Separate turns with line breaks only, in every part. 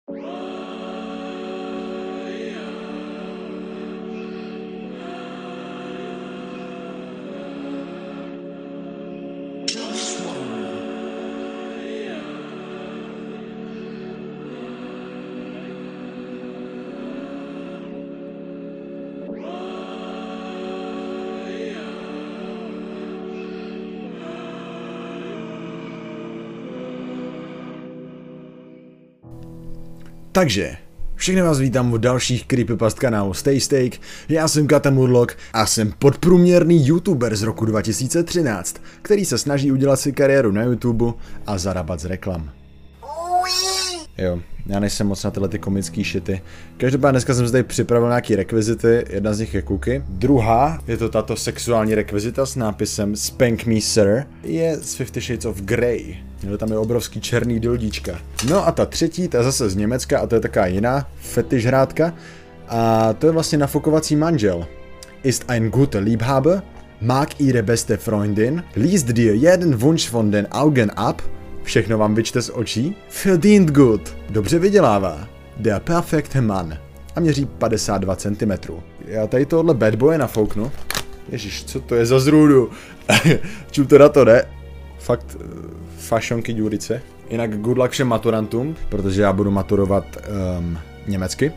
Takže, všechny vás vítám u dalších creepypast kanálu Stay Steak, já jsem Kata Murloc a jsem podprůměrný youtuber z roku 2013, který se snaží udělat si kariéru na YouTube a zarabat z reklam. Jo, já nejsem moc na tyhle ty komický shity. Každopádně dneska jsem zde připravil nějaký rekvizity, jedna z nich je Cookie. Druhá, je to tato sexuální rekvizita s nápisem Spank Me Sir, je z 50 Shades of Grey. Tam je obrovský černý dildíčka. No a ta třetí, ta je zase z Německa a to je taková jiná fetiš hrádka. A to je vlastně nafukovací manžel. Ist ein guter Liebhaber, mag ihre beste Freundin, liest dir jeden Wunsch von den Augen ab, všechno vám vyčte z očí, verdient gut, dobře vydělává, der perfekte Mann a měří 52 cm. Já tady tohle bad boye nafouknu. Ježiš, co to je za zrůdu? Čím to na to jde? Fakt fašonky důrice. Jinak good luck všem maturantům, protože já budu maturovat německy.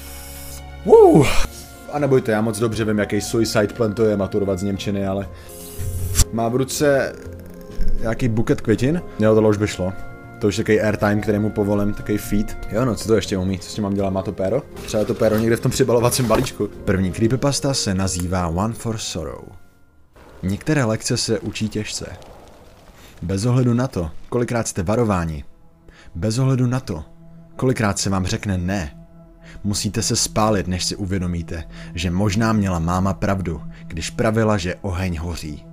A nebojte, já moc dobře vím, jaký suicide plan to je maturovat z němčiny, ale má v ruce nějaký buket květin. Jo, tohle už by šlo. To už je takový airtime, kterému povolím, takový feed. Jo no, co to ještě umí? Co s tím mám dělat? Má to péro? Třeba to péro někde v tom přibalovacím balíčku. První creepypasta se nazývá One for Sorrow. Některé lekce se učí těžce. Bez ohledu na to, kolikrát jste varováni. Bez ohledu na to, kolikrát se vám řekne ne. Musíte se spálit, než si uvědomíte, že možná měla máma pravdu, když pravila, že oheň hoří.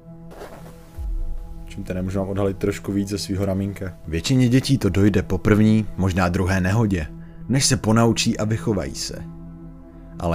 Čím to nemůžu vám odhalit trošku víc ze svýho ramínka. Většině dětí to dojde po první, možná druhé nehodě, než se ponaučí a vychovají se. Ale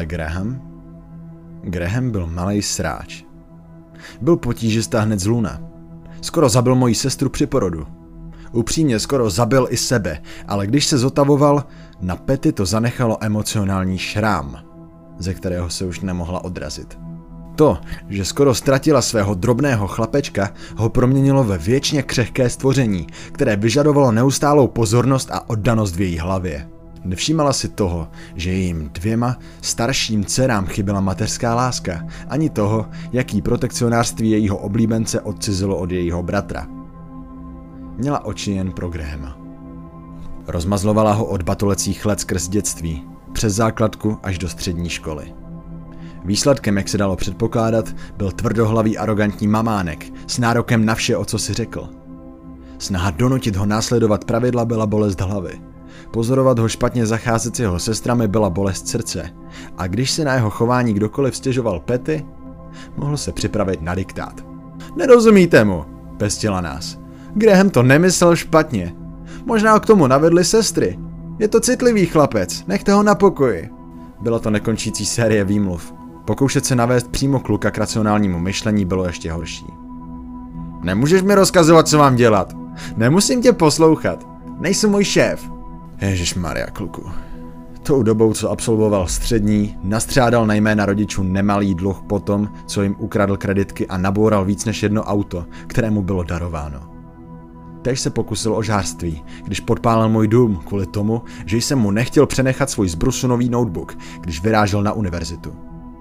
Graham byl malej sráč. Byl potížistá hned z luna. Skoro zabil moji sestru při porodu. Upřímně skoro zabil i sebe, ale když se zotavoval, na Patty to zanechalo emocionální šrám, ze kterého se už nemohla odrazit. To, že skoro ztratila svého drobného chlapečka, ho proměnilo ve věčně křehké stvoření, které vyžadovalo neustálou pozornost a oddanost v její hlavě. Nevšímala si toho, že jejím dvěma starším dcerám chyběla mateřská láska, ani toho, jaký protekcionářství jejího oblíbence odcizilo od jejího bratra. Měla oči jen pro Grahama. Rozmazlovala ho od batolecích let skrz dětství, přes základku až do střední školy. Výsledkem, jak se dalo předpokládat, byl tvrdohlavý arrogantní mamánek s nárokem na vše, o co si řekl. Snaha donutit ho následovat pravidla byla bolest hlavy. Pozorovat ho špatně zacházet s jeho sestrami byla bolest srdce. A když se na jeho chování kdokoliv stěžoval Patty, mohl se připravit na diktát. Nerozumíte mu, pestila nás. Graham to nemyslel špatně. Možná ho k tomu navedly sestry. Je to citlivý chlapec, nechte ho na pokoji. Byla to nekončící série výmluv. Pokoušet se navést přímo kluka k racionálnímu myšlení bylo ještě horší. Nemůžeš mi rozkazovat, co mám dělat. Nemusím tě poslouchat. Nejsem můj šéf. Ježišmarja, kluku. Tou dobou, co absolvoval střední, nastřádal na jména rodičů nemalý dluh po tom, co jim ukradl kreditky a naboural víc než jedno auto, kterému bylo darováno. Též se pokusil o žhářství, když podpálil můj dům kvůli tomu, že jsem mu nechtěl přenechat svůj zbrusunový notebook, když vyrážel na univerzitu.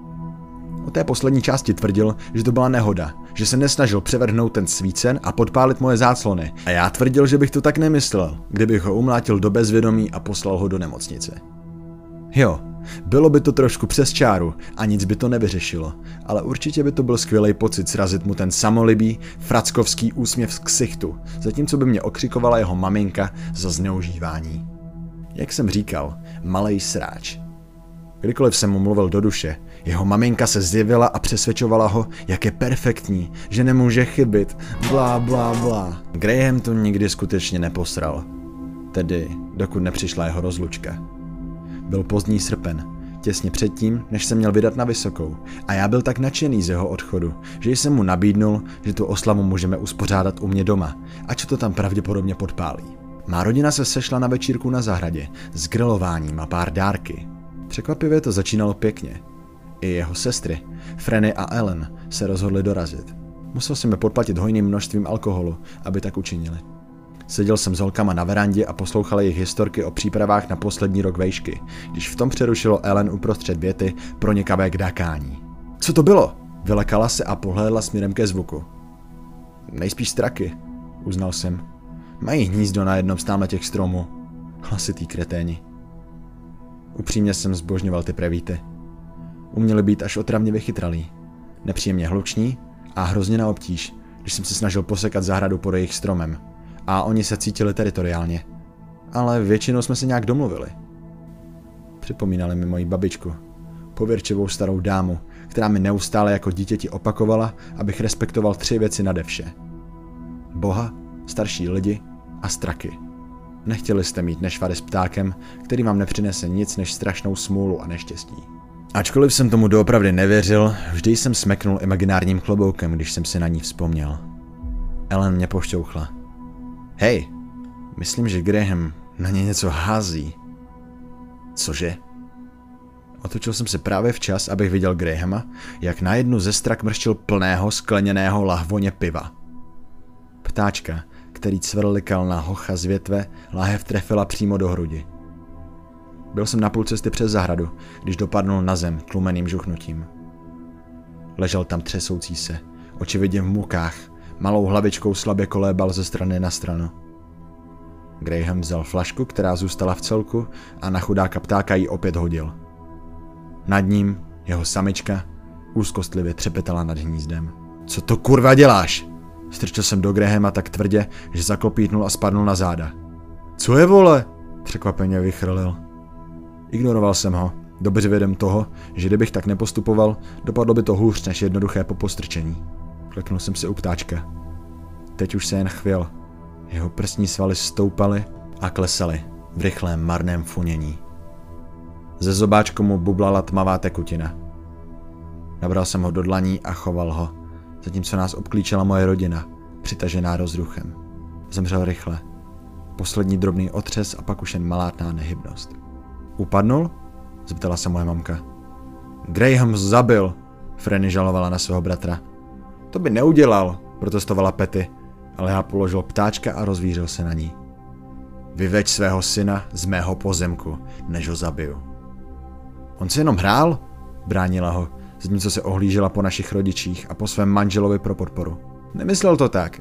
O té poslední části tvrdil, že to byla nehoda, že se nesnažil převrhnout ten svícen a podpálit moje záclony. A já tvrdil, že bych to tak nemyslel, kdybych ho umlátil do bezvědomí a poslal ho do nemocnice. Jo, bylo by to trošku přes čáru a nic by to nevyřešilo, ale určitě by to byl skvělý pocit srazit mu ten samolibý, frackovský úsměv z ksichtu, zatímco by mě okřikovala jeho maminka za zneužívání. Jak jsem říkal, malej sráč. Kdykoliv jsem mu mluvil do duše, jeho maminka se zjevila a přesvědčovala ho, jak je perfektní, že nemůže chybit, blá blá blá. Graham to nikdy skutečně neposral. Tedy, dokud nepřišla jeho rozlučka. Byl pozdní srpen, těsně předtím, než jsem měl vydat na vysokou, a já byl tak nadšený z jeho odchodu, že jsem mu nabídnul, že tu oslavu můžeme uspořádat u mě doma, ač to tam pravděpodobně podpálí. Má rodina se sešla na večírku na zahradě s grilováním a pár dárky. Překvapivě to začínalo pěkně. I jeho sestry, Franny a Ellen, se rozhodly dorazit. Musel jsem je podplatit hojným množstvím alkoholu, aby tak učinili. Seděl jsem s holkama na verandě a poslouchal jejich historky o přípravách na poslední rok vejšky, když v tom přerušilo Ellen uprostřed věty pronikavé kdákání. Co to bylo? Vylekala se a pohlédla směrem ke zvuku. Nejspíš straky, uznal jsem. Mají hnízdo na jednom z těch stromů. Hlasitý kreténi. Upřímně jsem zbožňoval ty prevíty. Uměli být až otravně vychytralí. Nepříjemně hluční a hrozně na obtíž, když jsem se snažil posekat zahradu pod jejich stromem. A oni se cítili teritoriálně. Ale většinou jsme se nějak domluvili. Připomínali mi moji babičku. Pověrčivou starou dámu, která mi neustále jako dítěti opakovala, abych respektoval 3 věci nade vše. Boha, starší lidi a straky. Nechtěli jste mít nešvary s ptákem, který vám nepřinese nic než strašnou smůlu a neštěstí. Ačkoliv jsem tomu doopravdy nevěřil, vždy jsem smeknul imaginárním kloboukem, když jsem si na ní vzpomněl. Ellen mě pošťouchla. Hej, myslím, že Graham na ně něco hází. Cože? Otočil jsem se právě včas, abych viděl Grahama, jak na jednu ze strak mrštil plného skleněného lahvoně piva. Ptáčka, který cvrlikal na hocha z větve, láhev trefila přímo do hrudi. Byl jsem na půl cesty přes zahradu, když dopadnul na zem tlumeným žuchnutím. Ležel tam třesoucí se, očividně v mukách, malou hlavičkou slabě kolébal ze strany na stranu. Graham vzal flašku, která zůstala v celku, a na chudáka ptáka ji opět hodil. Nad ním jeho samička úzkostlivě třepetala nad hnízdem. Co to kurva děláš? Strčil jsem do Grahama tak tvrdě, že zaklopítnul a spadnul na záda. Co je, vole? Překvapeně vychrlil. Ignoroval jsem ho, dobře vědom toho, že kdybych tak nepostupoval, dopadlo by to hůř než jednoduché popostrčení. Kleknul jsem si u ptáčka. Teď už se jen chvěl. Jeho prsní svaly stoupaly a klesaly v rychlém marném funění. Ze zobáčku mu bublala tmavá tekutina. Nabral jsem ho do dlaní a choval ho, zatímco nás obklíčila moje rodina, přitažená rozruchem. Zemřel rychle. Poslední drobný otřes a pak už jen malátná nehybnost. Upadnul? Zeptala se moje mamka. Graham zabil, Franny žalovala na svého bratra. To by neudělal, protestovala Patty, ale já položil ptáčka a rozvířil se na ní. Vyveď svého syna z mého pozemku, než ho zabiju. On si jenom hrál? Bránila ho, zatímco se ohlížela po našich rodičích a po svém manželovi pro podporu. Nemyslel to tak.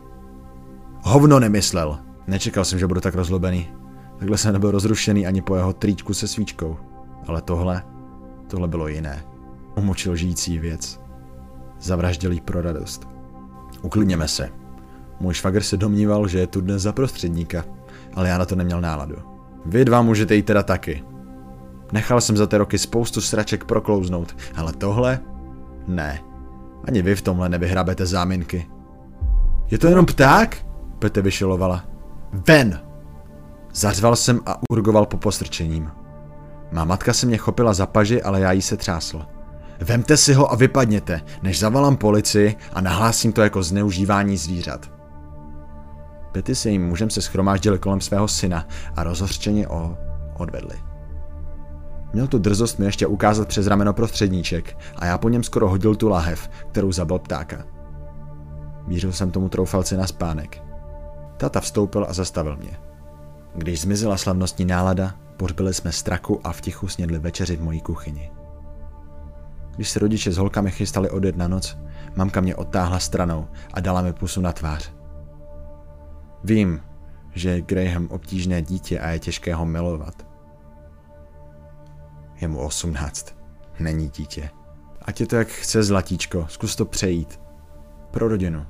Hovno nemyslel. Nečekal jsem, že budu tak rozlobený. Takhle jsem nebyl rozrušený ani po jeho trýčku se svíčkou. Ale tohle bylo jiné. Umočil žijící věc. Zavraždil jí pro radost. Uklidněme se. Můj švagr se domníval, že je tu dnes za prostředníka, ale já na to neměl náladu. Vy dva můžete jít teda taky. Nechal jsem za ty roky spoustu sraček proklouznout, ale tohle? Ne. Ani vy v tomhle nevyhrabete záminky. Je to jenom pták? Pete vyšilovala. Ven! Zařval jsem a urgoval po postrčením. Má matka se mě chopila za paži, ale já jí se třásl. Vemte si ho a vypadněte, než zavolám policii a nahlásím to jako zneužívání zvířat. Petty se jím mužem se shromáždili kolem svého syna a rozhořčeně odvedli. Měl tu drzost mi ještě ukázat přes rameno prostředníček a já po něm skoro hodil tu lahev, kterou zabil ptáka. Mířil jsem tomu troufalci na spánek. Táta vstoupil a zastavil mě. Když zmizela slavnostní nálada, pohřbili jsme straku a v tichu snědli večeři v mojí kuchyni. Když se rodiče s holkami chystali odjet na noc, mamka mě odtáhla stranou a dala mi pusu na tvář. Vím, že je Graham obtížné dítě a je těžké ho milovat. Je mu 18. Není dítě. Ať je to jak chce, zlatíčko, zkus to přejít. Pro rodinu.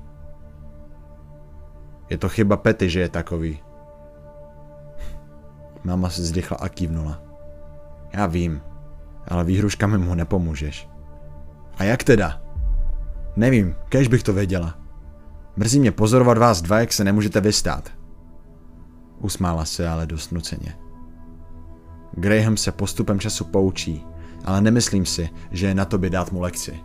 Je to chyba Patty, že je takový. Máma se zdychla a kývnula. Já vím, ale výhruškami mu nepomůžeš. A jak teda? Nevím, kéž bych to věděla. Mrzí mě pozorovat vás dva, jak se nemůžete vystát. Usmála se, ale dost nuceně. Graham se postupem času poučí, ale nemyslím si, že je na tobě dát mu lekci.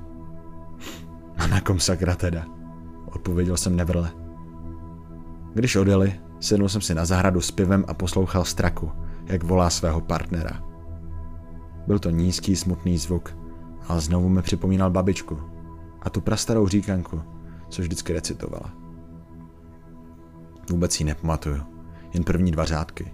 A na kom sakra teda? Odpověděl jsem nevrle. Když odjeli, Sednul jsem si na zahradu s pivem a poslouchal Straku, jak volá svého partnera. Byl to nízký, smutný zvuk, ale znovu mi připomínal babičku a tu prastarou říkanku, co vždycky recitovala. Vůbec ji nepamatuju, jen první 2 řádky.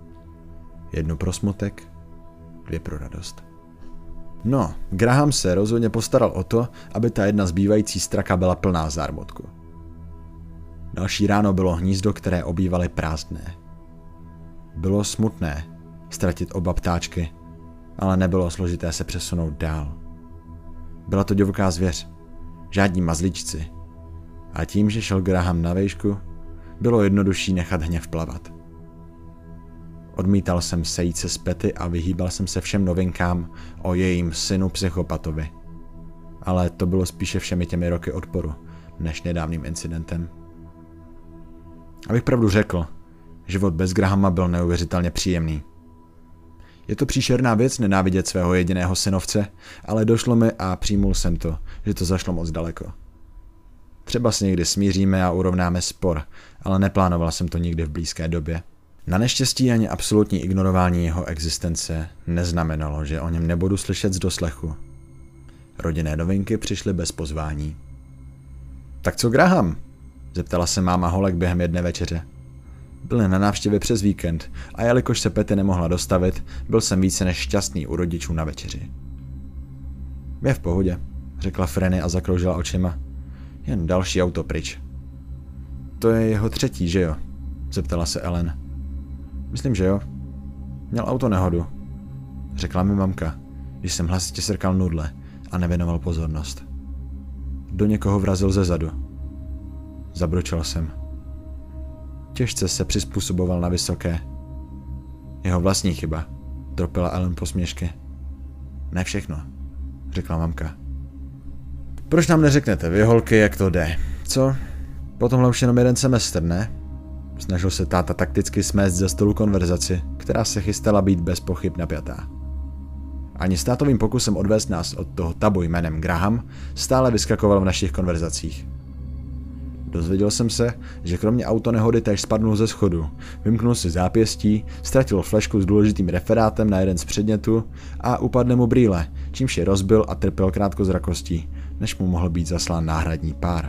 1 pro smutek, 2 pro radost. No, Graham se rozhodně postaral o to, aby ta jedna zbývající straka byla plná zármutku. Další ráno bylo hnízdo, které obývaly prázdné. Bylo smutné ztratit oba ptáčky, ale nebylo složité se přesunout dál. Byla to divoká zvěř, žádní mazlíčci. A tím, že šel Graham na výšku, bylo jednodušší nechat hněv plavat. Odmítal jsem sejít se s Patty a vyhýbal jsem se všem novinkám o jejím synu psychopatovi. Ale to bylo spíše všemi těmi roky odporu, než nedávným incidentem. Abych pravdu řekl, život bez Grahama byl neuvěřitelně příjemný. Je to příšerná věc nenávidět svého jediného synovce, ale došlo mi a přijmul jsem to, že to zašlo moc daleko. Třeba se někdy smíříme a urovnáme spor, ale neplánoval jsem to nikdy v blízké době. Na neštěstí ani absolutní ignorování jeho existence neznamenalo, že o něm nebudu slyšet z doslechu. Rodinné novinky přišly bez pozvání. Tak co Graham? Zeptala se máma holek během jedné večeře. Byli na návštěvě přes víkend a jelikož se Patty nemohla dostavit, byl jsem více než šťastný u rodičů na večeři. Je v pohodě, řekla Franny a zakroužila očima. Jen další auto pryč. To je jeho 3., že jo? Zeptala se Ellen. Myslím, že jo. Měl auto nehodu, řekla mi mamka, když jsem hlasitě srkal nudle a nevěnoval pozornost. Do někoho vrazil ze zadu. Zabručel jsem. Těžce se přizpůsoboval na vysoké. Jeho vlastní chyba, tropila Ellen posměšky. Ne všechno, řekla mamka. Proč nám neřeknete vy, holky, jak to jde? Co? Potomhle už jenom 1 semestr, ne? Snažil se táta takticky smést ze stolu konverzaci, která se chystala být bez pochyb napjatá. Ani s tátovým pokusem odvést nás od toho tabu jménem Graham stále vyskakoval v našich konverzacích. Dozvěděl jsem se, že kromě autonehody též spadnul ze schodu, vymknul si zápěstí, ztratil flešku s důležitým referátem na jeden z předmětů a upadne mu brýle, čímž je rozbil a trpěl krátkozrakostí, než mu mohl být zaslán náhradní pár.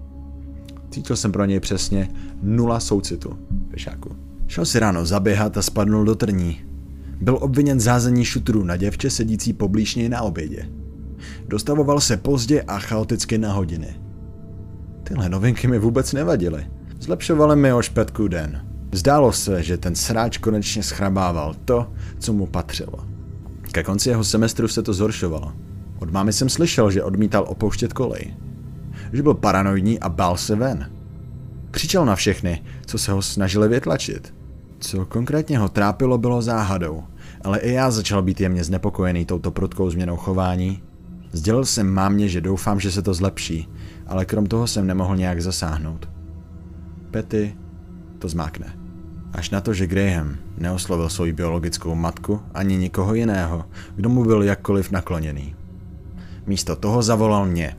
Cítil jsem pro něj přesně 0 soucitu, pešáku. Šel si ráno zaběhat a spadnul do trní. Byl obviněn z házení šutrů na děvče sedící poblíž něj na obědě. Dostavoval se pozdě a chaoticky na hodiny. Tyhle novinky mi vůbec nevadily. Zlepšovaly mi o špetku den. Zdálo se, že ten sráč konečně schrabával to, co mu patřilo. Ke konci jeho semestru se to zhoršovalo. Od mámy jsem slyšel, že odmítal opouštět kolej. Že byl paranoidní a bál se ven. Křičel na všechny, co se ho snažili vytlačit. Co konkrétně ho trápilo, bylo záhadou, ale i já začal být jemně znepokojený touto prudkou změnou chování. Sdělil jsem mámě, že doufám, že se to zlepší, ale krom toho jsem nemohl nějak zasáhnout. Patty to zmákne. Až na to, že Graham neoslovil svou biologickou matku ani nikoho jiného, kdo mu byl jakkoliv nakloněný. Místo toho zavolal mě.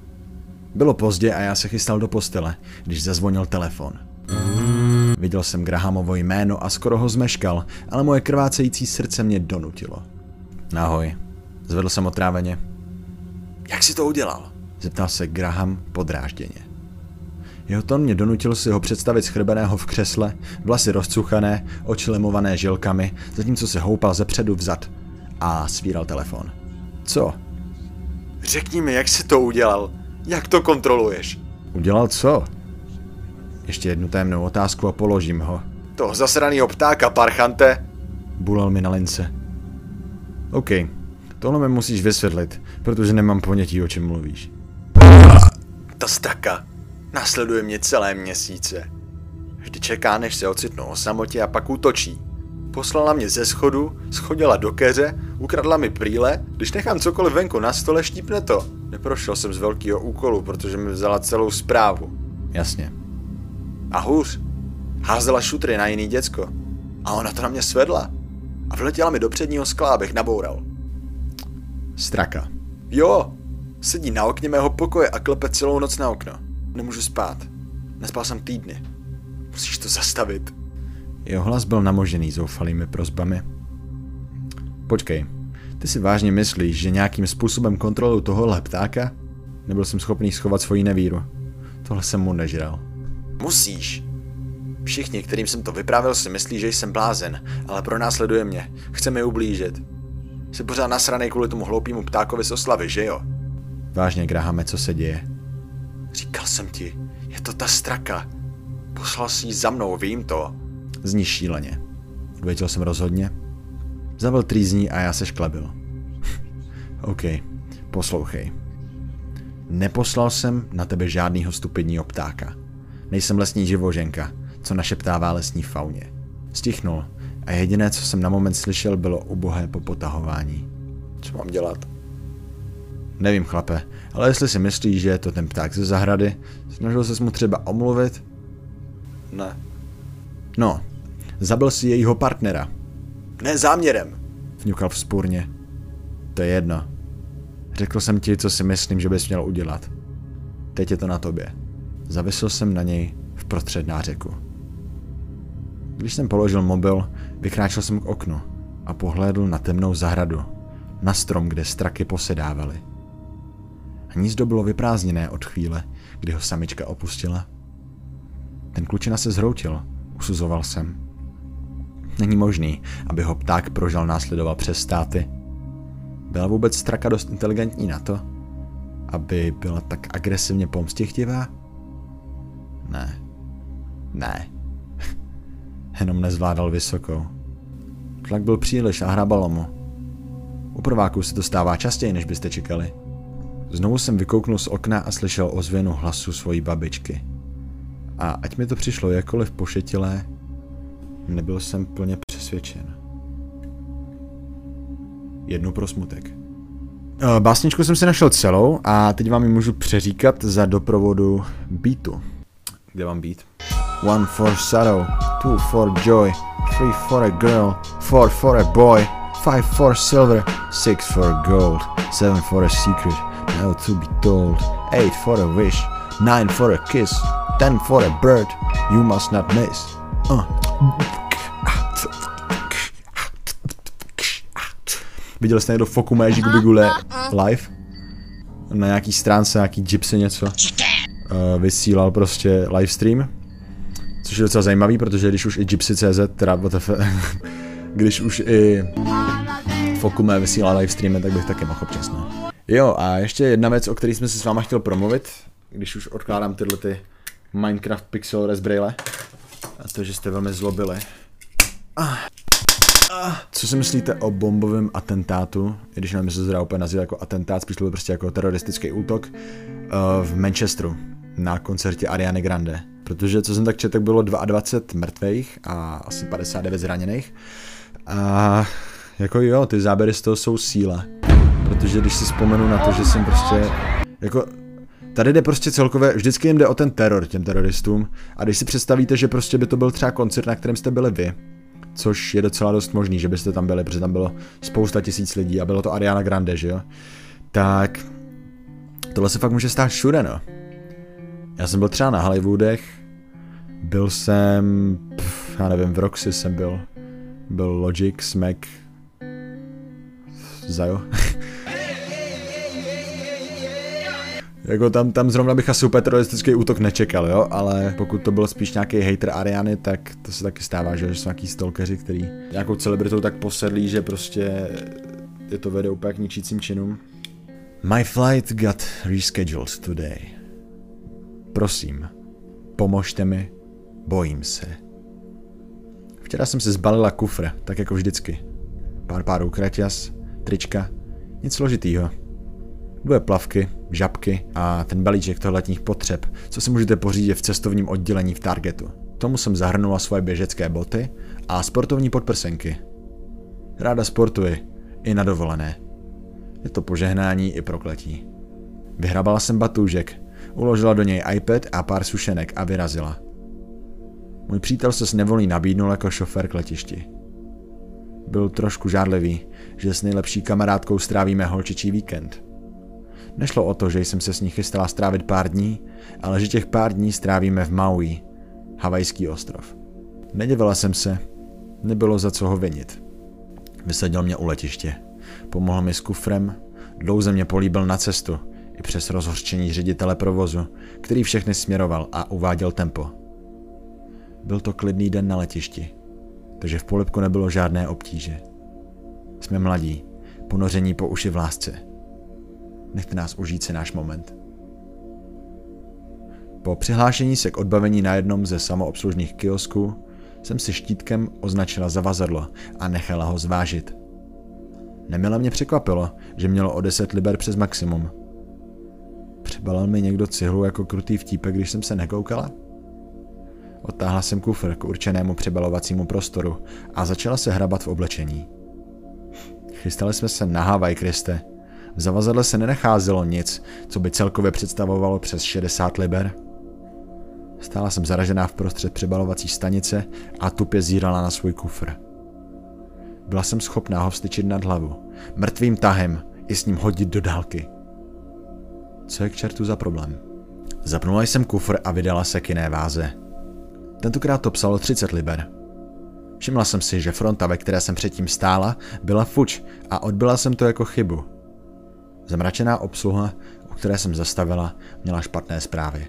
Bylo pozdě a já se chystal do postele, když zazvonil telefon. Viděl jsem Grahamovo jméno a skoro ho zmeškal, ale moje krvácející srdce mě donutilo. Ahoj, zvedl jsem otráveně. Jak jsi to udělal? Zeptal se Graham podrážděně. Jeho tón mě donutil si ho představit schrbeného v křesle, vlasy rozcuchané, oči lemované žilkami, zatímco se houpal zepředu vzad a svíral telefon. Co? Řekni mi, jak jsi to udělal. Jak to kontroluješ? Udělal co? Ještě jednu tajemnou otázku a položím ho. Toho zasranýho ptáka, parchante! Bulal mi na lince. OK, tohle mi musíš vysvětlit, protože nemám ponětí, o čem mluvíš. Ta straka následuje mě celé měsíce. Vždy čeká, než se ocitnu o samotě a pak útočí. Poslala mě ze schodu, schodila do keře, ukradla mi brýle, když nechám cokoliv venku na stole, štípne to. Neprošel jsem z velkého úkolu, protože mi vzala celou zprávu. Jasně. A hůř, házela šutry na jiný děcko. A ona to na mě svedla. A vletěla mi do předního skla, abych naboural. Straka. Jo, sedí na okně mého pokoje a klepe celou noc na okno. Nemůžu spát. Nespal jsem týdny. Musíš to zastavit. Jeho hlas byl namožený zoufalými prosbami. Počkej, ty si vážně myslíš, že nějakým způsobem kontroluju tohohle ptáka? Nebyl jsem schopný schovat svoji nevíru. Tohle jsem mu nežral. Musíš. Všichni, kterým jsem to vyprávěl, si myslí, že jsem blázen, ale pronásleduje mě. Chce mi ublížit. Jsi pořád nasranej kvůli tomu hloupému ptákovi z oslavy, že jo? Vážně, Grahame, co se děje? Říkal jsem ti, je to ta straka. Poslal jsi ji za mnou, vím to. Zní šíleně. Odvětil jsem rozhodně. Zavel trýzní a já se šklebil. OK, poslouchej. Neposlal jsem na tebe žádnýho stupidního ptáka. Nejsem lesní živoženka, co našeptává lesní fauně. Stichnul a jediné, co jsem na moment slyšel, bylo ubohé popotahování. Co mám dělat? Nevím, chlape, ale jestli si myslíš, že je to ten pták ze zahrady, snažil ses mu třeba omluvit? Ne. No, zabil si jejího partnera. Ne záměrem, vňukal vzpůrně. To je jedno. Řekl jsem ti, co si myslím, že bys měl udělat. Teď je to na tobě. Zavisl jsem na něj vprostřed nářeku. Když jsem položil mobil, vykráčel jsem k oknu a pohlédl na temnou zahradu, na strom, kde straky posedávaly. Hnízdo bylo vyprázdněné od chvíle, kdy ho samička opustila. Ten klučina se zhroutil, usuzoval jsem. Není možný, aby ho pták prožal následoval přes státy. Byla vůbec straka dost inteligentní na to, aby byla tak agresivně pomstichtivá? Ne. Jenom nezvládal vysokou. Tlak byl příliš a hrabalo mu. U prváků se to stává častěji, než byste čekali. Znovu jsem vykouknul z okna a slyšel ozvěnu hlasu svojí babičky. A ať mi to přišlo jakkoliv pošetilé, nebyl jsem plně přesvědčen. Jednu pro smutek. Básničku jsem si našel celou a teď vám ji můžu přeříkat za doprovodu beatu. Kde mám beat? 1 for sorrow, 2 for joy, 3 for a girl, 4 for a boy, 5 for silver, 6 for gold, 7 for a secret, now to be told, 8 for a wish, 9 for a kiss, 10 for a bird, you must not miss. Viděl jste někdo Foku Magic Bigule live? Na nějaký stránce, nějaký gypsy něco. Vysílal prostě livestream. Což je docela zajímavý, protože když už i gypsy.cz, teda když už i Fokume vysílá livestreamy, tak bych taky mohl občas, no. Jo, a ještě jedna věc, o které jsme si s váma chtěl promluvit, když už odkládám tyhle ty Minecraft Pixel Resbraille, a to, že jste velmi zlobili. Co si myslíte o bombovém atentátu, i když nevím, jestli se dá úplně nazývat jako atentát, spíš to byl prostě jako teroristický útok v Manchesteru na koncertě Ariany Grande. Protože co jsem tak četl, tak bylo 22 mrtvých a asi 59 zraněných. A jako jo, ty záběry z toho jsou síla. Protože když si vzpomenu na to, že jsem prostě jako tady jde prostě celkově, vždycky jim jde o ten teror těm teroristům. A když si představíte, že prostě by to byl třeba koncert, na kterém jste byli vy, což je docela dost možný, že byste tam byli, protože tam bylo spousta tisíc lidí a bylo to Ariana Grande, že jo? Tak tohle se fakt může stát všude, no. Já jsem byl třeba na Hollywoodech, byl jsem, já nevím, v Roxy jsem byl Logic, Smack, Zajo. Jako tam zrovna bych asi úplně teroristický útok nečekal, jo, ale pokud to byl spíš nějaký hater Ariany, tak to se taky stává, že jsou nějaký stalkeři, který nějakou celebritou tak posedlí, že prostě je to vede úplně k ničícím činům. My flight got rescheduled today. Prosím, pomožte mi, bojím se. Včera jsem si zbalila kufr, tak jako vždycky. Pár kraťas, trička, nic složitýho. 2 plavky, žabky a ten balíček tohletních potřeb, co si můžete pořídit v cestovním oddělení v Targetu. Tomu jsem zahrnula svoje běžecké boty a sportovní podprsenky. Ráda sportuji, i na dovolené. Je to požehnání i prokletí. Vyhrabala jsem batůžek, uložila do něj iPad a pár sušenek a vyrazila. Můj přítel se s nevolí nabídnul jako šofér k letišti. Byl trošku žádlivý, že s nejlepší kamarádkou strávíme holčičí víkend. Nešlo o to, že jsem se s ní chystala strávit pár dní, ale že těch pár dní strávíme v Maui, Havajský ostrov. Nedivila jsem se, nebylo za co ho vinit. Vysadil mě u letiště, pomohl mi s kufrem, dlouze mě políbil na cestu, i přes rozhořčení ředitele provozu, který všechny směroval a uváděl tempo. Byl to klidný den na letišti, takže v polibku nebylo žádné obtíže. Jsme mladí, ponoření po uši v lásce. Nechte nás užít si náš moment. Po přihlášení se k odbavení na jednom ze samoobslužných kiosků jsem si štítkem označila zavazadlo a nechala ho zvážit. Nemile mě překvapilo, že mělo o 10 liber přes maximum. Přibalil mi někdo cihlu jako krutý vtípek, když jsem se nekoukala? Odtáhla jsem kufr k určenému přebalovacímu prostoru a začala se hrabat v oblečení. Chystali jsme se na Havaj, Kriste. V zavazadle se nenacházelo nic, co by celkově představovalo přes 60 liber. Stála jsem zaražená vprostřed přebalovací stanice a tupě zírala na svůj kufr. Byla jsem schopná ho vstyčit nad hlavu, mrtvým tahem i s ním hodit do dálky. Co je k čertu za problém? Zapnula jsem kufr a vydala se k jiné váze. Tentokrát to psalo 30 liber. Všimla jsem si, že fronta, ve které jsem předtím stála, byla fuč a odbyla jsem to jako chybu. Zamračená obsluha, u které jsem zastavila, měla špatné zprávy.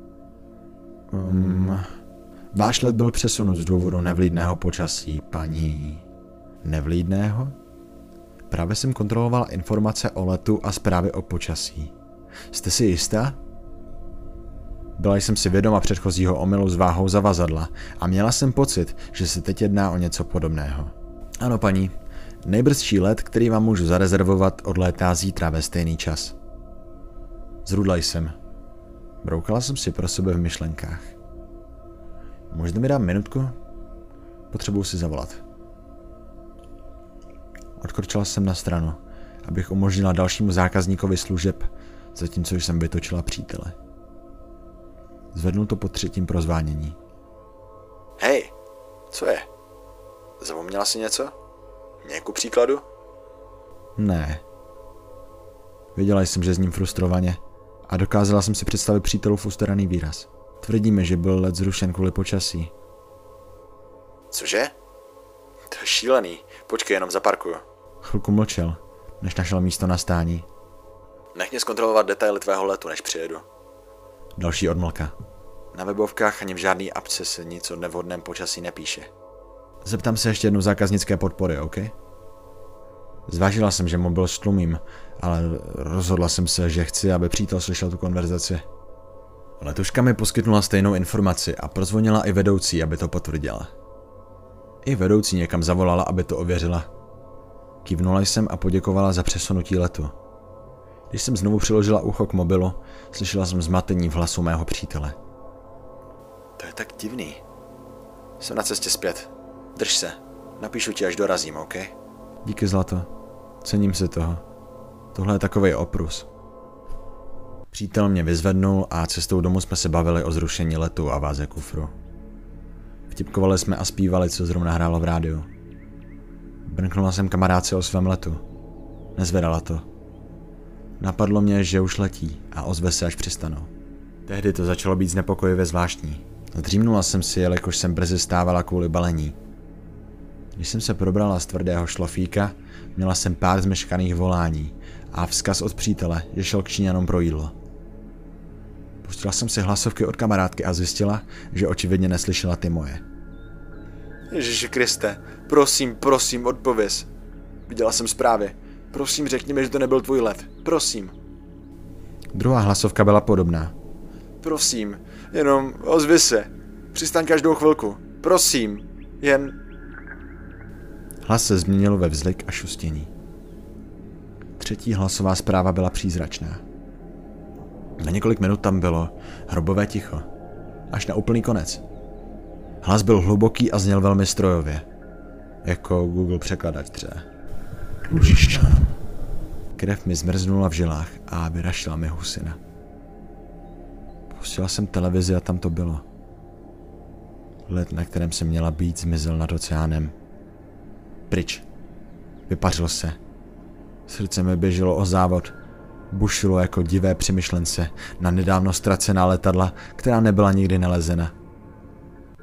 Váš let byl přesunut z důvodu nevlídného počasí, paní. Nevlídného? Právě jsem kontroloval informace o letu a zprávy o počasí. Jste si jistá? Byla jsem si vědoma předchozího omylu s váhou zavazadla a měla jsem pocit, že se teď jedná o něco podobného. Ano, paní. Nejbrzší let, který vám můžu zarezervovat, odlétá zítra ve stejný čas. Zrudla jsem. Broukala jsem si pro sebe v myšlenkách. Můžete mi dát minutku? Potřebuji si zavolat. Odkročila jsem na stranu, abych umožnila dalšímu zákazníkovi služeb, zatímco jsem vytočila přítele. Zvednul to po třetím prozvánění. Hej, co je? Zapomněla si něco? Mě ku příkladu? Ne. Věděla jsem, že zním frustrovaně a dokázala jsem si představit přítelův ustaraný výraz. Tvrdíme, že byl let zrušen kvůli počasí. Cože? To je šílený. Počkej, jenom zaparkuju. Chvilku mlčel, než našel místo na stání. Nech mě zkontrolovat detaily tvého letu, než přijedu. Další odmlka. Na webovkách ani v žádný apce se nic o nevhodném počasí nepíše. Zeptám se ještě jednou zákaznické podpory, OK? Zvážila jsem, že mobil štlumím, ale rozhodla jsem se, že chci, aby přítel slyšel tu konverzaci. Letuška mi poskytnula stejnou informaci a prozvonila i vedoucí, aby to potvrdila. I vedoucí někam zavolala, aby to ověřila. Kývnula jsem a poděkovala za přesunutí letu. Když jsem znovu přiložila ucho k mobilu, slyšela jsem zmatení v hlasu mého přítele. To je tak divný. Jsem na cestě zpět. Drž se. Napíšu ti, až dorazím, OK? Díky, zlato. Cením si toho. Tohle je takovej oprus. Přítel mě vyzvednul a cestou domů jsme se bavili o zrušení letu a váze kufru. Vtipkovali jsme a zpívali, co zrovna hrálo v rádiu. Brnknula jsem kamarádce o svém letu. Nezvedala to. Napadlo mě, že už letí a ozve se, až přistanou. Tehdy to začalo být znepokojivě zvláštní. Zdřímnula jsem si, jelikož jsem brzy stávala kvůli balení. Když jsem se probrala z tvrdého šlofíka, měla jsem pár zmeškaných volání a vzkaz od přítele, že šel k Číňanům pro jídlo. Pustila jsem si hlasovky od kamarádky a zjistila, že očividně neslyšela ty moje. Ježiši Kriste, prosím, odpověz. Viděla jsem zprávy. Prosím, řekni mi, že to nebyl tvůj let. Prosím. Druhá hlasovka byla podobná. Prosím, jenom ozvi se. Přistaň každou chvilku. Prosím, jen... Hlas se změnil ve vzlik a šustění. Třetí hlasová zpráva byla přízračná. Na několik minut tam bylo hrobové ticho. Až na úplný konec. Hlas byl hluboký a zněl velmi strojově. Jako Google překladač třeba. Krev mi zmrznula v žilách a vyrašila mi husina. Pustila jsem televizi a tam to bylo. Let, na kterém jsem měla být, zmizel nad oceánem. Pryč. Vypařil se. Srdce mi běželo o závod. Bušilo jako divé přemýšlence na nedávno ztracená letadla, která nebyla nikdy nalezena.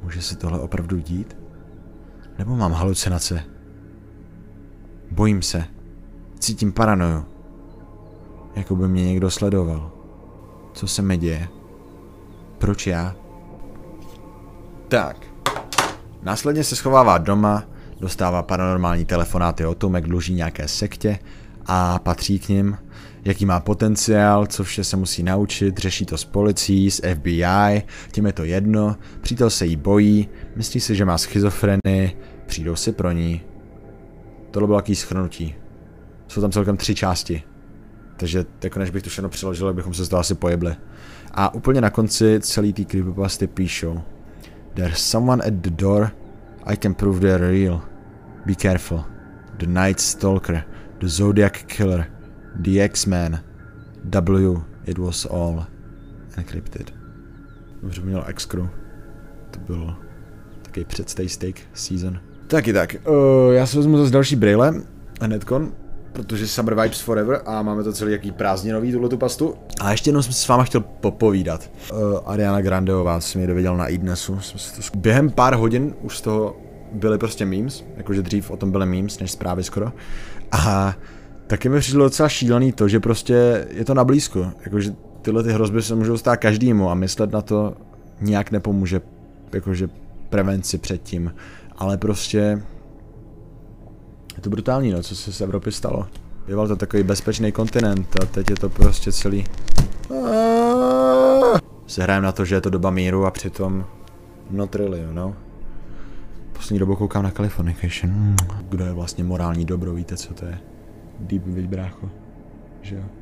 Může se tohle opravdu dít? Nebo mám halucinace? Bojím se. Cítím paranoju. Jako by mě někdo sledoval. Co se mi děje? Proč já? Tak. Následně se schovává doma, dostává paranormální telefonáty o tom, jak dluží nějaké sektě a patří k nim, jaký má potenciál, co vše se musí naučit, řeší to s policií, s FBI, tím je to jedno, přítel se jí bojí, myslí si, že má schizofrenii, přijdou si pro ní. Tohle bylo jaký shrnutí. Jsou tam celkem 3 části. Takže jako než bych to všechno přeložil, bychom se z toho asi pojebli. A úplně na konci celý ty creepypasty píšou: There's someone at the door, I can prove they're real. Be careful. The Night Stalker, the Zodiac Killer, the X-Man, W, it was all encrypted. Dobře měl X-Crew. To byl takový předstay steak season. Taky tak, já si vezmu zase další brýle, hnedkon, protože Summer Vibes Forever a máme to celý jaký prázdninový, tuhletu pastu. A ještě jednou jsem s váma chtěl popovídat. Ariana Grandeová jsem ji dověděl na iDnesu. Během pár hodin už z toho byly prostě memes, jakože dřív o tom byly memes, než zprávy skoro. A taky mi přišlo docela šílený to, že prostě je to na blízko. Jakože tyhle ty hrozby se můžou stát každému a myslet na to nijak nepomůže, jakože prevenci předtím. Ale prostě je to brutální, no, co se z Evropy stalo. Býval to takový bezpečný kontinent a teď je to prostě celý. Se hrajeme na to, že je to doba míru a přitom not really, you know. Poslední dobou koukám na Californication. Kdo je vlastně morální dobro, víte co to je? Deep, viď brácho? Že jo?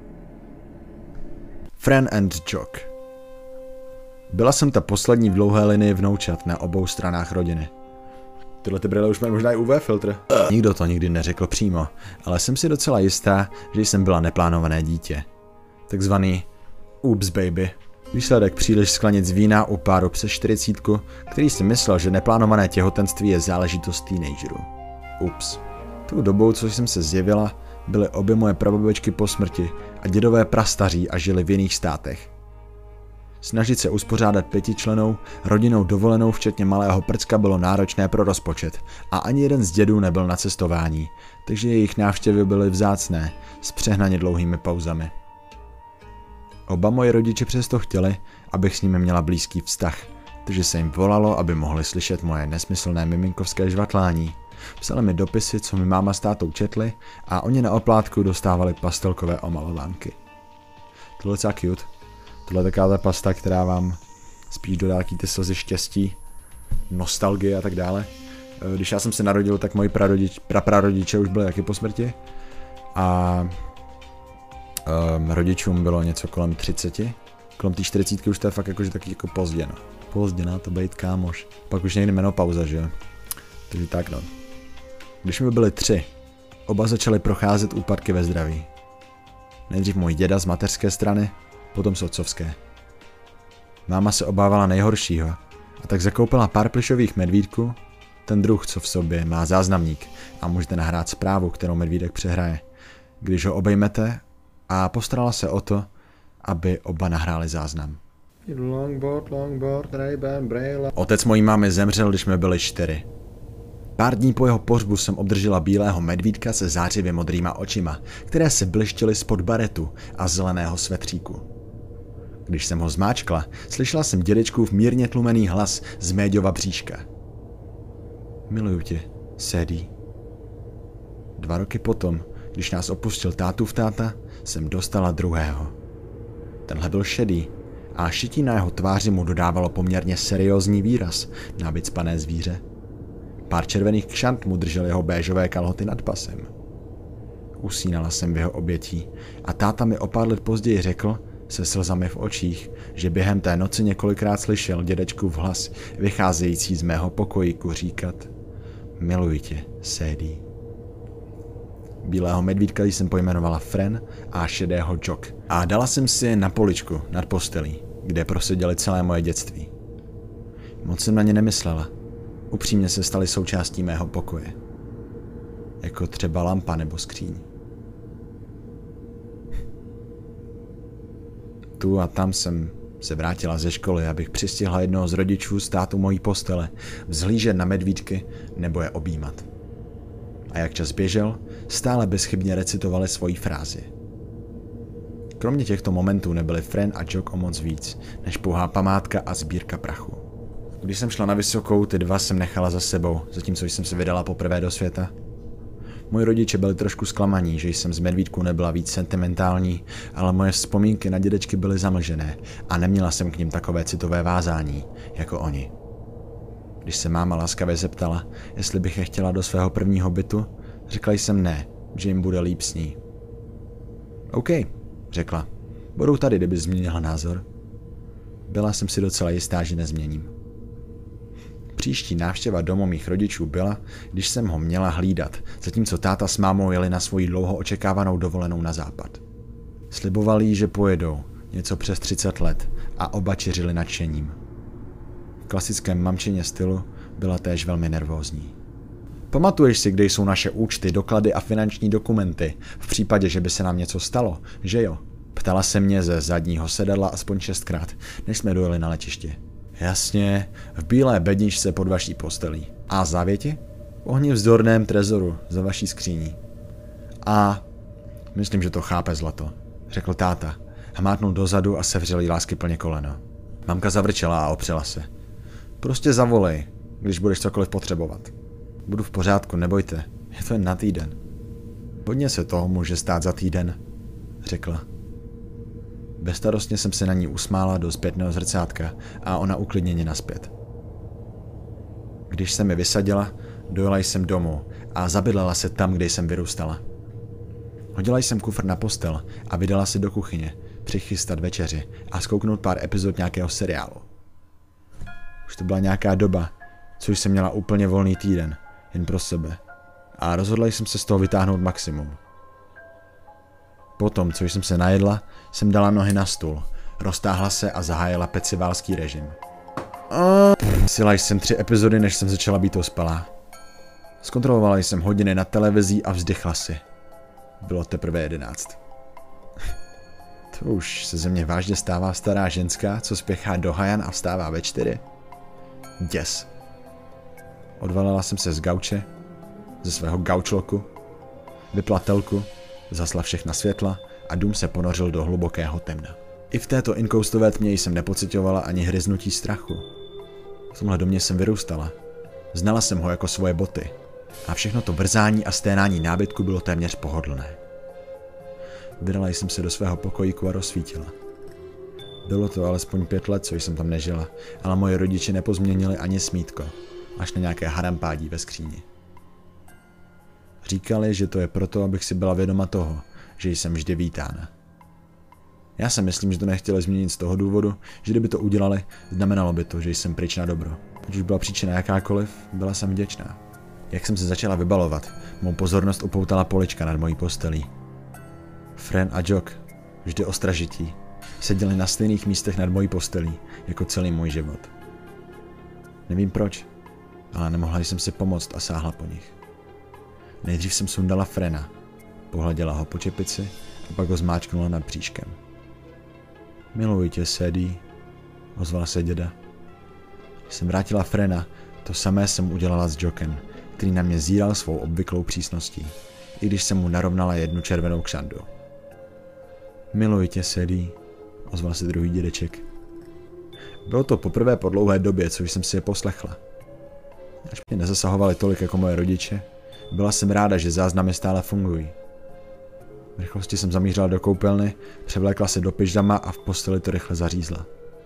Fran and Jock. Byla jsem ta poslední v dlouhé linii vnoučat na obou stranách rodiny. Tyhle ty brýle už mají možná i UV filtr. Nikdo to nikdy neřekl přímo, ale jsem si docela jistá, že jsem byla neplánované dítě. Takzvaný oops baby. Výsledek příliš sklenic vína u páru přes 40, který si myslel, že neplánované těhotenství je záležitost teenagerů. Ups. Tou dobou, co jsem se zjevila, byly obě moje prababičky po smrti a dědové prastaří a žili v jiných státech. Snažit se uspořádat 5člennou rodinnou dovolenou včetně malého prcka bylo náročné pro rozpočet a ani jeden z dědů nebyl na cestování, takže jejich návštěvy byly vzácné, s přehnaně dlouhými pauzami. Oba moji rodiče přesto chtěli, abych s nimi měla blízký vztah, takže se jim volalo, aby mohli slyšet moje nesmyslné miminkovské žvatlání. Psali mi dopisy, co mi máma s tátou četli a oni na oplátku dostávali pastelkové omalovánky. Tohle je docela cute. Tohle je taková ta pasta, která vám spíš dodá jaký ty slzy štěstí, nostalgie a tak dále. Když já jsem se narodil, tak moji praprarodiče už byli taky po smrti a rodičům bylo něco kolem 30. Kolem té 40 už to je fakt jakože taky jako pozdě, no. Pozdě na to bejt kámoš. Pak už někdy menopauza, že jo. Takže tak no. Když mi byli 3, oba začali procházet úpadky ve zdraví. Nejdřív můj děda z mateřské strany, potom z otcovské. Máma se obávala nejhoršího a tak zakoupila pár plišových medvídků, ten druh, co v sobě má záznamník a můžete nahrát zprávu, kterou medvídek přehraje. Když ho obejmete a postarala se o to, aby oba nahráli záznam. Otec mojí mámy zemřel, když mi byli 4. Pár dní po jeho pohřbu jsem obdržela bílého medvídka se zářivě modrýma očima, které se blištily spod baretu a zeleného svetříku. Když jsem ho zmáčkla, slyšela jsem dědečkův mírně tlumený hlas z méďova bříška. Miluju tě, Sadie. 2 roky potom, když nás opustil tátův táta, jsem dostala druhého. Tenhle byl šedý a šití na jeho tváři mu dodávalo poměrně seriózní výraz na vycpané zvíře. Pár červených kšant mu držel jeho béžové kalhoty nad pasem. Usínala jsem v jeho obětí a táta mi o pár let později řekl, se slzami v očích, že během té noci několikrát slyšel dědečkův hlas vycházející z mého pokojíku říkat: Miluji tě, Sadie. Bílého medvídka jsem pojmenovala Fran a šedého Jock a dala jsem si je na poličku nad postelí, kde proseděli celé moje dětství. Moc jsem na ně nemyslela. Upřímně se staly součástí mého pokoje. Jako třeba lampa nebo skříň. Tu a tam jsem se vrátila ze školy, abych přistihla jednoho z rodičů stát u mojí postele, vzhlížet na medvídky nebo je objímat. A jak čas běžel, stále bezchybně recitovali svoji frázi. Kromě těchto momentů nebyli Fran a Jock o moc víc, než pouhá památka a sbírka prachu. Když jsem šla na vysokou, ty dva jsem nechala za sebou, zatímco jsem se vydala poprvé do světa. Moji rodiče byli trošku zklamaní, že jsem z medvídku nebyla víc sentimentální, ale moje vzpomínky na dědečky byly zamlžené a neměla jsem k nim takové citové vázání, jako oni. Když se máma laskavě zeptala, jestli bych je chtěla do svého prvního bytu, řekla jsem ne, že jim bude líp s ní. OK, řekla. Budou tady, kdyby změnila názor. Byla jsem si docela jistá, že nezměním. Příští návštěva domů mých rodičů byla, když jsem ho měla hlídat, zatímco táta s mámou jeli na svoji dlouho očekávanou dovolenou na západ. Slibovali jí, že pojedou, něco přes 30 let, a oba čeřili nadšením. V klasickém mamčině stylu byla též velmi nervózní. Pamatuješ si, kde jsou naše účty, doklady a finanční dokumenty, v případě, že by se nám něco stalo, že jo? Ptala se mě ze zadního sedadla aspoň 6krát, než jsme dojeli na letiště. Jasně, v bílé bedničce pod vaší postelí. A závěti? V ohnivzdorném trezoru za vaší skříní. A myslím, že to chápe zlato, řekl táta. Hmátnul dozadu a sevřel jí láskyplně koleno. Mamka zavrčela a opřela se. Prostě zavolej, když budeš cokoliv potřebovat. Budu v pořádku, nebojte, je to jen na týden. Hodně se toho může stát za týden, řekla. Bezstarostně jsem se na ní usmála do zpětného zrcátka a ona uklidněně naspět. Když se mi vysadila, dojela jsem domů a zabydlela se tam, kde jsem vyrůstala. Hodila jsem kufr na postel a vydala se do kuchyně, přichystat večeři a zkouknout pár epizod nějakého seriálu. Už to byla nějaká doba, co jsem měla úplně volný týden, jen pro sebe. A rozhodla jsem se z toho vytáhnout maximum. Potom, co jsem se najedla, jsem dala nohy na stůl, roztáhla se a zahájila peciválský režim. Sila jsem 3 epizody, než jsem začala být ospalá. Zkontrolovala jsem hodiny na televizí a vzdychla si. Bylo teprve 11. To už se ze mě vážně stává stará ženská, co spěchá do hajan a vstává ve 4. Děs. Odvalila jsem se z gauče, ze svého gaučloku, vypla telku, zasla všechna světla a dům se ponořil do hlubokého temna. I v této inkoustové tmě jsem nepocitovala ani hryznutí strachu. V tomhle domě jsem vyrůstala. Znala jsem ho jako svoje boty. A všechno to vrzání a sténání nábytku bylo téměř pohodlné. Vydala jsem se do svého pokojíku a rozsvítila. Bylo to alespoň 5 let, co jsem tam nežila, ale moje rodiče nepozměnili ani smítko, až na nějaké harampádí ve skříni. Říkali, že to je proto, abych si byla vědoma toho, že jsem vždy vítána. Já si myslím, že to nechtěli změnit z toho důvodu, že kdyby to udělali, znamenalo by to, že jsem pryč na dobro. Ať už byla příčina jakákoliv, byla jsem vděčná. Jak jsem se začala vybalovat, mou pozornost upoutala polička nad mojí postelí. Fran a Jock, vždy ostražití, seděli na stejných místech nad mojí postelí, jako celý můj život. Nevím proč, ale nemohla jsem si pomoct a sáhla po nich. Nejdřív jsem sundala Frana, pohleděla ho po čepici a pak ho zmáčknula nad bříškem. Miluji tě, Sadie, ozval se děda. Když jsem vrátila Frana, to samé jsem udělala s Jockem, který na mě zíral svou obvyklou přísností, i když jsem mu narovnala jednu červenou kšandu. Miluji tě, Sadie, ozval se druhý dědeček. Bylo to poprvé po dlouhé době, co jsem si je poslechla. Až mě nezasahovali tolik jako moje rodiče, byla jsem ráda, že záznamy stále fungují. V rychlosti jsem zamířila do koupelny, převlékla se do pyžama a v posteli to rychle zařízla.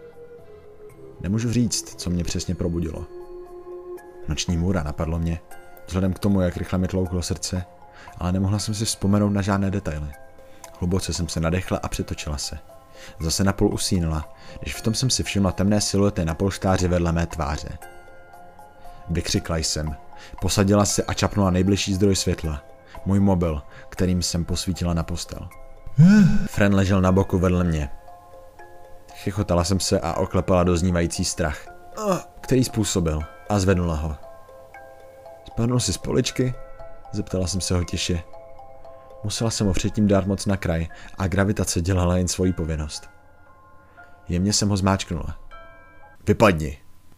Nemůžu říct, co mě přesně probudilo. Noční můra, napadlo mě, vzhledem k tomu, jak rychle mi tlouklo srdce, ale nemohla jsem si vzpomenout na žádné detaily. Hluboce jsem se nadechla a přetočila se. Zase napůl usínula, když v tom jsem si všimla temné siluety na polštáři vedle mé tváře. Vykřikla jsem, posadila se a čapnula nejbližší zdroj světla. Můj mobil, kterým jsem posvítila na postel. Fran ležel na boku vedle mě. Chichotala jsem se a oklepala doznívající strach, který způsobil, a zvednula ho. Spadnul si z poličky? Zeptala jsem se ho tiše. Musela jsem ho předtím dát moc na kraj a gravitace dělala jen svoji povinnost. Jemně jsem ho zmáčknula. Vypadni.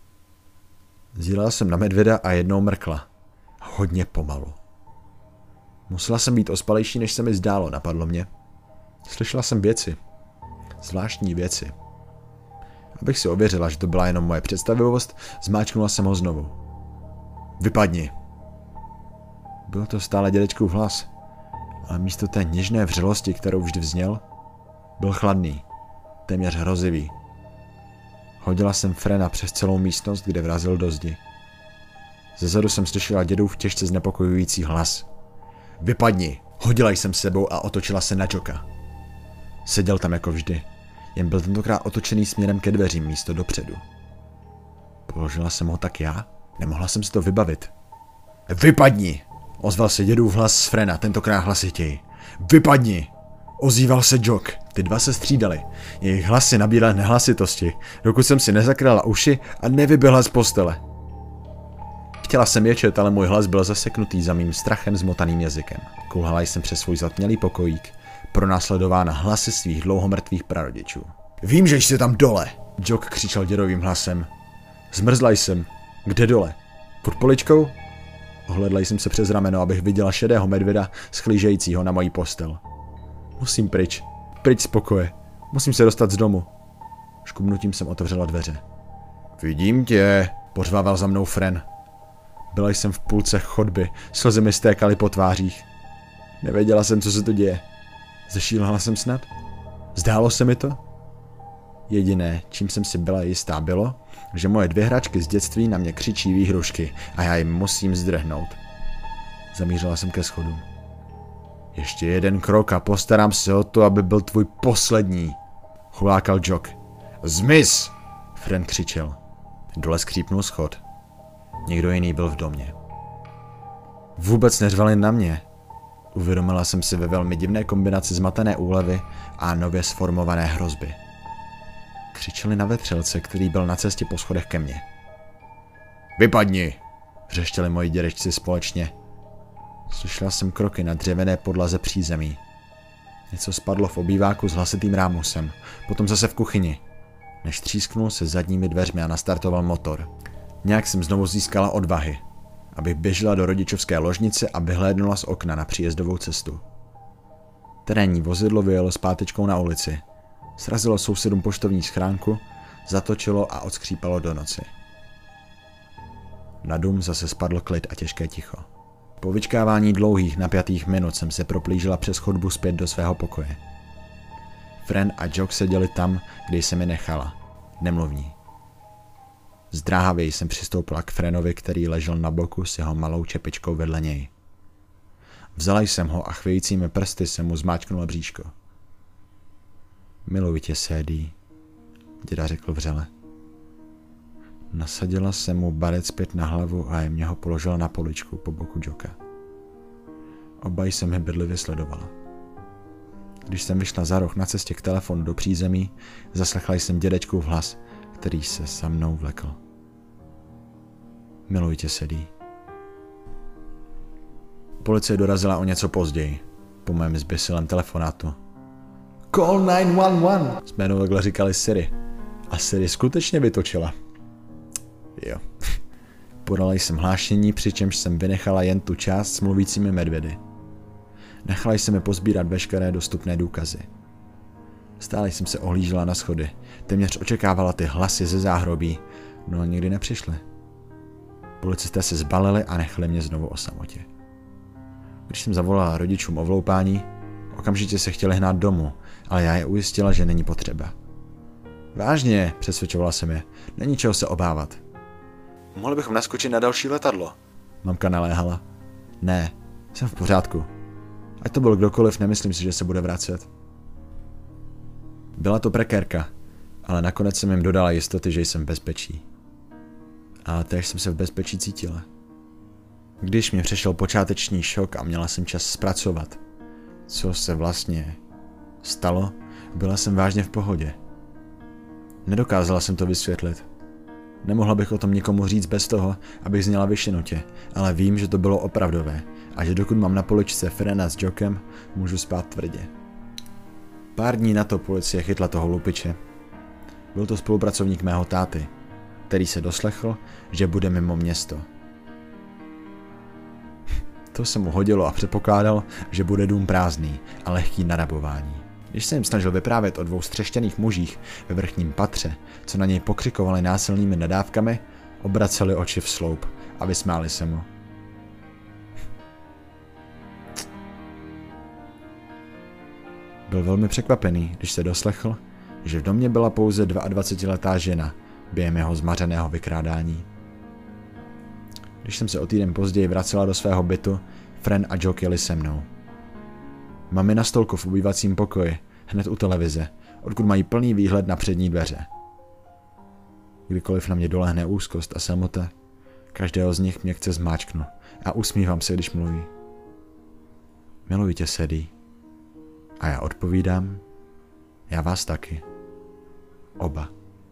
Zílela jsem na medvěda a jednou mrkla. Hodně pomalu. Musela jsem být ospalejší, než se mi zdálo, napadlo mě. Slyšela jsem věci. Zvláštní věci. Abych si ověřila, že to byla jenom moje představivost, zmáčknula jsem ho znovu. Vypadni. Byl to stále dědečkův hlas, ale místo té něžné vřelosti, kterou vždy vzněl, byl chladný, téměř hrozivý. Hodila jsem Frena přes celou místnost, kde vrazil do zdi. Zezadu jsem slyšela dědův těžce znepokojující hlas. Vypadni! Hodila jsem sebou a otočila se na Joka. Seděl tam jako vždy, jen byl tentokrát otočený směrem ke dveřím místo dopředu. Položila jsem ho tak já? Nemohla jsem si to vybavit. Vypadni! Ozval se dědův hlas z Frena, tentokrát hlasitěji. Vypadni! Ozýval se Jok. Ty dva se střídali. Jejich hlasy nabíraly nehlasitosti, dokud jsem si nezakryla uši a nevyběhla z postele. Chtěla jsem ječet, ale můj hlas byl zaseknutý za mým strachem zmotaným jazykem. Kulhala jsem přes svůj zatmělý pokojík, pronásledována hlasy svých dlouhomrtvých prarodičů. Vím, že jsi tam dole! Jok křičel dědovým hlasem. Zmrzla jsem. Kde dole? Pod poličkou? Ohledla jsem se přes rameno, abych viděla šedého medvěda schlížejícího na mojí postel. Musím pryč. Pryč z pokoje. Musím se dostat z domu. Škubnutím jsem otevřela dveře. Vidím tě, pořvával za mnou Fren. Byla jsem v půlce chodby, slzy mi stékaly po tvářích. Nevěděla jsem, co se tu děje. Zešílela jsem snad? Zdálo se mi to? Jediné, čím jsem si byla jistá, bylo, že moje dvě hračky z dětství na mě křičí výhrušky a já jim musím zdrhnout. Zamířila jsem ke schodům. Ještě jeden krok a postarám se o to, aby byl tvůj poslední, chulákal Jok. Zmiz! Fren křičel. Dole skřípnul schod. Někdo jiný byl v domě. Vůbec neřvali na mě. Uvědomila jsem si ve velmi divné kombinaci zmatené úlevy a nově sformované hrozby. Křičeli na vetřelce, který byl na cestě po schodech ke mně. Vypadni! Řeštěli moji dědečci společně. Slyšela jsem kroky na dřevěné podlaze přízemí. Něco spadlo v obýváku s hlasitým rámusem, potom zase v kuchyni, než třísknul se zadními dveřmi a nastartoval motor. Nějak jsem znovu získala odvahy, abych běžela do rodičovské ložnice a vyhlédnula z okna na příjezdovou cestu. Terénní vozidlo vyjelo zpátečkou na ulici, srazilo sousedům poštovní schránku, zatočilo a odskřípalo do noci. Na dům zase spadl klid a těžké ticho. Po vyčkávání dlouhých napjatých minut jsem se proplížila přes chodbu zpět do svého pokoje. Fren a Jok seděli tam, kde jsem je nechala, nemluvní. Zdráhavě jsem přistoupila k Frenovi, který ležel na boku s jeho malou čepičkou vedle něj. Vzala jsem ho a chvějícími prsty jsem mu zmáčknula bříško. Miluji tě, Sadie, děda řekl vřele. Nasadila jsem mu baret zpět na hlavu a jemně ho položila na poličku po boku Joka. Oba jsem je bedlivě sledovala. Když jsem vyšla za roh na cestě k telefonu do přízemí, zaslechla jsem dědečkův hlas, který se za mnou vlekl. Miluji tě, Sadie. Policie dorazila o něco později, po mém zběsilém telefonátu. Call 911, jsme jenom takhle říkali Siri. A Siri skutečně vytočila. Jo. Podala jsem hlášení, přičemž jsem vynechala jen tu část s mluvícími medvědy. Nechala jsem je pozbírat veškeré dostupné důkazy. Stále jsem se ohlížela na schody, téměř očekávala ty hlasy ze záhrobí, no nikdy nepřišly. Policisté se zbalili a nechali mě znovu o samotě. Když jsem zavolala rodičům o vloupání, okamžitě se chtěli hnát domů, ale já je ujistila, že není potřeba. Vážně, přesvědčovala jsem je, není čeho se obávat. Mohli bychom naskočit na další letadlo? Mamka naléhala. Ne, jsem v pořádku. Ať to byl kdokoliv, nemyslím si, že se bude vracet. Byla to prekérka, ale nakonec jsem jim dodala jistoty, že jsem v bezpečí. A též jsem se v bezpečí cítila. Když mě přešel počáteční šok a měla jsem čas zpracovat, co se vlastně stalo, byla jsem vážně v pohodě. Nedokázala jsem to vysvětlit. Nemohla bych o tom nikomu říct bez toho, abych zněla vyšinutě, ale vím, že to bylo opravdové a že dokud mám na poličce Frena s Jokem, můžu spát tvrdě. Pár dní na to policie chytla toho lupiče. Byl to spolupracovník mého táty, který se doslechl, že bude mimo město. To se mu hodilo a předpokládal, že bude dům prázdný a lehký na rabování. Když se jim snažil vyprávět o 2 střeštěných mužích ve vrchním patře, co na něj pokřikovali násilnými nadávkami, obraceli oči v sloup a vysmáli se mu. Byl velmi překvapený, když se doslechl, že v domě byla pouze 22letá žena během jeho zmařeného vykrádání. Když jsem se o týden později vracela do svého bytu, Fran a Jock jeli se mnou. Mami na stolku v ubývacím pokoji, hned u televize, odkud mají plný výhled na přední dveře. Kdykoliv na mě dolehne úzkost a samota, každého z nich mě chce zmáčknu a usmívám se, když mluví. Miluji tě, Sadie. A já odpovídám, já vás taky. Oba.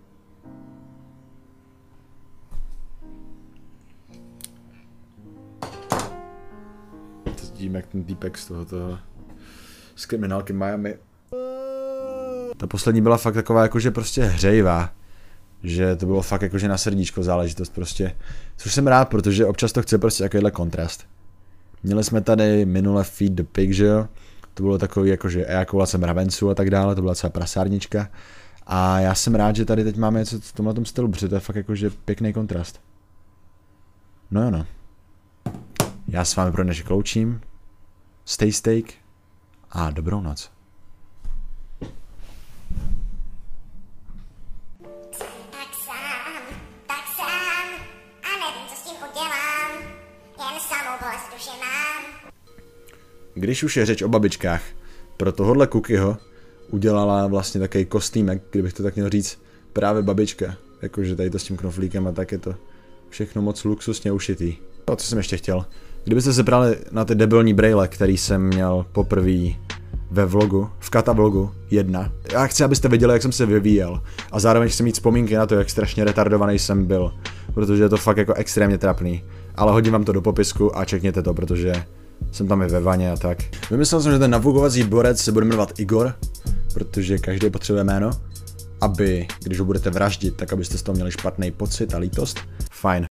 Vidím, jak ten týpek z tohoto z kriminálky Miami. Ta poslední byla fakt taková jakože prostě hřejivá. Že to bylo fakt jakože na srdíčko záležitost prostě. Což jsem rád, protože občas to chce prostě takovýhle kontrast. Měli jsme tady minule Feed the Pig, že jo? To bylo takový jakože ejakulace mravenců a tak dále, to byla celá prasárnička. A já jsem rád, že tady teď máme něco v tomhle stylu, protože to je fakt jakože pěkný kontrast. No jo no. Já s vámi pro dnešek loučím. Stay steak a dobrou noc.
Tak sám a nevím, co s tím udělám, jen samou bolest duše mám.
Když už je řeč o babičkách, pro tohohle Cookieho udělala vlastně takový kostýmek, kdybych to tak měl říct, právě babička. Jakože tady to s tím knoflíkem a tak je to všechno moc luxusně ušitý. A co jsem ještě chtěl? Kdybyste se brali na ty debilní brejle, který jsem měl poprvé ve vlogu, v Katablogu 1. Já chci, abyste viděli, jak jsem se vyvíjel. A zároveň chci mít vzpomínky na to, jak strašně retardovaný jsem byl. Protože je to fakt jako extrémně trapný. Ale hodím vám to do popisku a čekněte to, protože jsem tam i ve vaně a tak. Vymyslel jsem, že ten nafukovací borec se bude jmenovat Igor, protože každý potřebuje jméno. Aby, když ho budete vraždit, tak abyste z toho měli špatný pocit a lítost. Fajn.